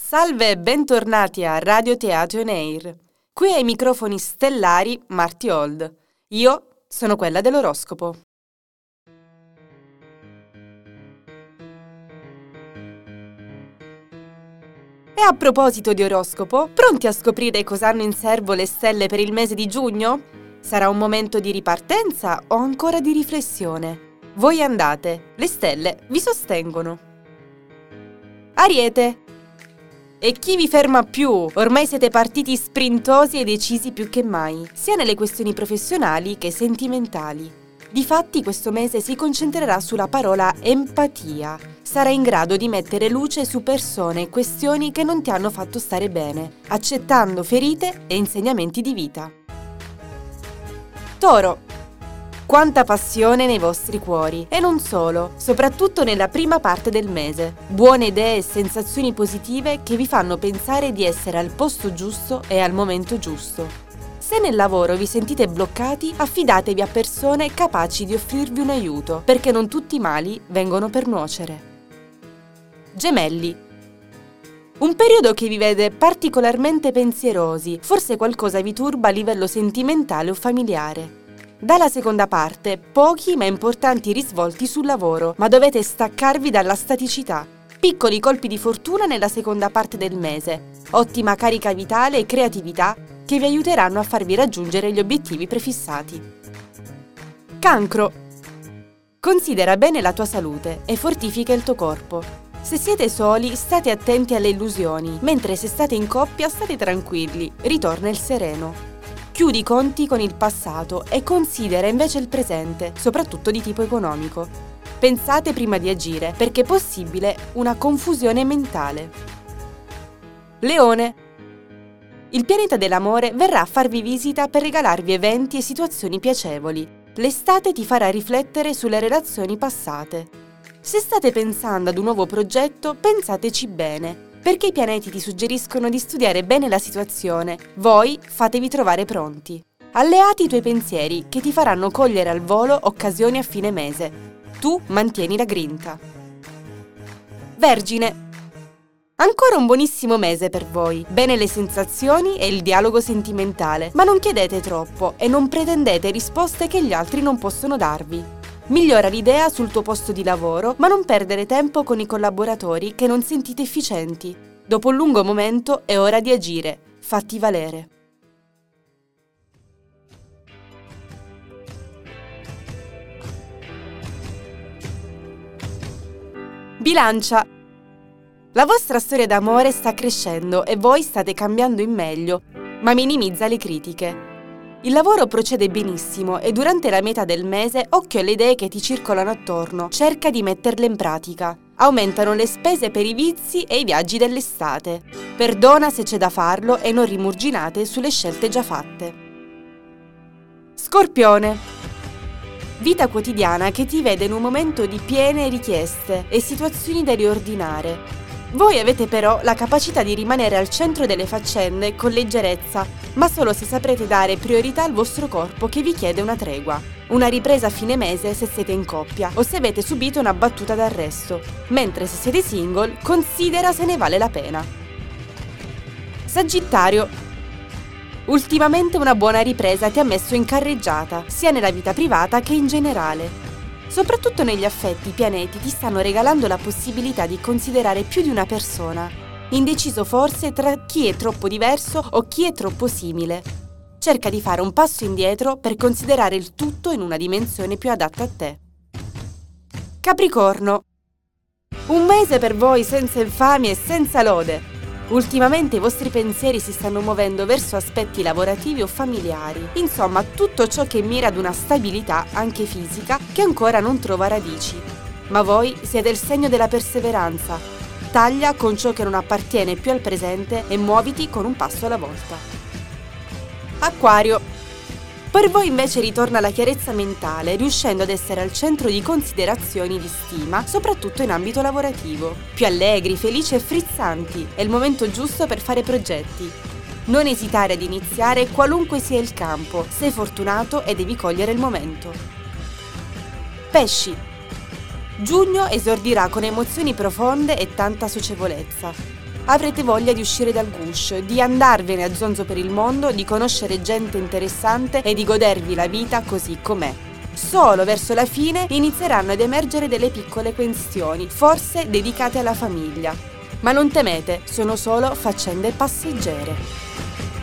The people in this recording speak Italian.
Salve e bentornati a Radio Teatro on Air. Qui ai microfoni stellari Marti Old. Io sono quella dell'oroscopo. E a proposito di oroscopo, pronti a scoprire cosa hanno in serbo le stelle per il mese di giugno? Sarà un momento di ripartenza o ancora di riflessione? Voi andate, le stelle vi sostengono. Ariete. E chi vi ferma più? Ormai siete partiti sprintosi e decisi più che mai, sia nelle questioni professionali che sentimentali. Difatti questo mese si concentrerà sulla parola empatia. Sarai in grado di mettere luce su persone e questioni che non ti hanno fatto stare bene, accettando ferite e insegnamenti di vita. Toro. Quanta passione nei vostri cuori, e non solo, soprattutto nella prima parte del mese. Buone idee e sensazioni positive che vi fanno pensare di essere al posto giusto e al momento giusto. Se nel lavoro vi sentite bloccati, affidatevi a persone capaci di offrirvi un aiuto, perché non tutti i mali vengono per nuocere. Gemelli. Un periodo che vi vede particolarmente pensierosi, forse qualcosa vi turba a livello sentimentale o familiare. Dalla seconda parte, pochi ma importanti risvolti sul lavoro, ma dovete staccarvi dalla staticità. Piccoli colpi di fortuna nella seconda parte del mese, ottima carica vitale e creatività che vi aiuteranno a farvi raggiungere gli obiettivi prefissati. Cancro. Considera bene la tua salute e fortifica il tuo corpo. Se siete soli, state attenti alle illusioni, mentre se state in coppia, state tranquilli, ritorna il sereno. Chiudi i conti con il passato e considera invece il presente, soprattutto di tipo economico. Pensate prima di agire, perché è possibile una confusione mentale. Leone. Il pianeta dell'amore verrà a farvi visita per regalarvi eventi e situazioni piacevoli. L'estate ti farà riflettere sulle relazioni passate. Se state pensando ad un nuovo progetto, pensateci bene, perché i pianeti ti suggeriscono di studiare bene la situazione. Voi fatevi trovare pronti. Alleati i tuoi pensieri che ti faranno cogliere al volo occasioni a fine mese. Tu mantieni la grinta. Vergine. Ancora un buonissimo mese per voi. Bene le sensazioni e il dialogo sentimentale, ma non chiedete troppo e non pretendete risposte che gli altri non possono darvi. Migliora l'idea sul tuo posto di lavoro, ma non perdere tempo con i collaboratori che non sentite efficienti. Dopo un lungo momento è ora di agire. Fatti valere. Bilancia. La vostra storia d'amore sta crescendo e voi state cambiando in meglio, ma minimizza le critiche. Il lavoro procede benissimo e durante la metà del mese occhio alle idee che ti circolano attorno, cerca di metterle in pratica. Aumentano le spese per i vizi e i viaggi dell'estate. Perdona se c'è da farlo e non rimurginate sulle scelte già fatte. Scorpione. Vita quotidiana che ti vede in un momento di piene richieste e situazioni da riordinare. Voi avete però la capacità di rimanere al centro delle faccende con leggerezza, ma solo se saprete dare priorità al vostro corpo che vi chiede una tregua. Una ripresa a fine mese se siete in coppia o se avete subito una battuta d'arresto, mentre se siete single, considera se ne vale la pena. Sagittario. Ultimamente una buona ripresa ti ha messo in carreggiata, sia nella vita privata che in generale. Soprattutto negli affetti, i pianeti ti stanno regalando la possibilità di considerare più di una persona, indeciso forse tra chi è troppo diverso o chi è troppo simile. Cerca di fare un passo indietro per considerare il tutto in una dimensione più adatta a te. Capricorno. Un mese per voi senza infamia e senza lode. Ultimamente i vostri pensieri si stanno muovendo verso aspetti lavorativi o familiari, insomma tutto ciò che mira ad una stabilità, anche fisica, che ancora non trova radici. Ma voi siete il segno della perseveranza. Taglia con ciò che non appartiene più al presente e muoviti con un passo alla volta. Acquario. Per voi invece ritorna la chiarezza mentale, riuscendo ad essere al centro di considerazioni di stima, soprattutto in ambito lavorativo. Più allegri, felici e frizzanti, è il momento giusto per fare progetti. Non esitare ad iniziare qualunque sia il campo, sei fortunato e devi cogliere il momento. Pesci. Giugno esordirà con emozioni profonde e tanta socievolezza. avrete voglia di uscire dal guscio, di andarvene a zonzo per il mondo, di conoscere gente interessante e di godervi la vita così com'è. Solo verso la fine inizieranno ad emergere delle piccole questioni, forse dedicate alla famiglia. Ma non temete, sono solo faccende passeggere.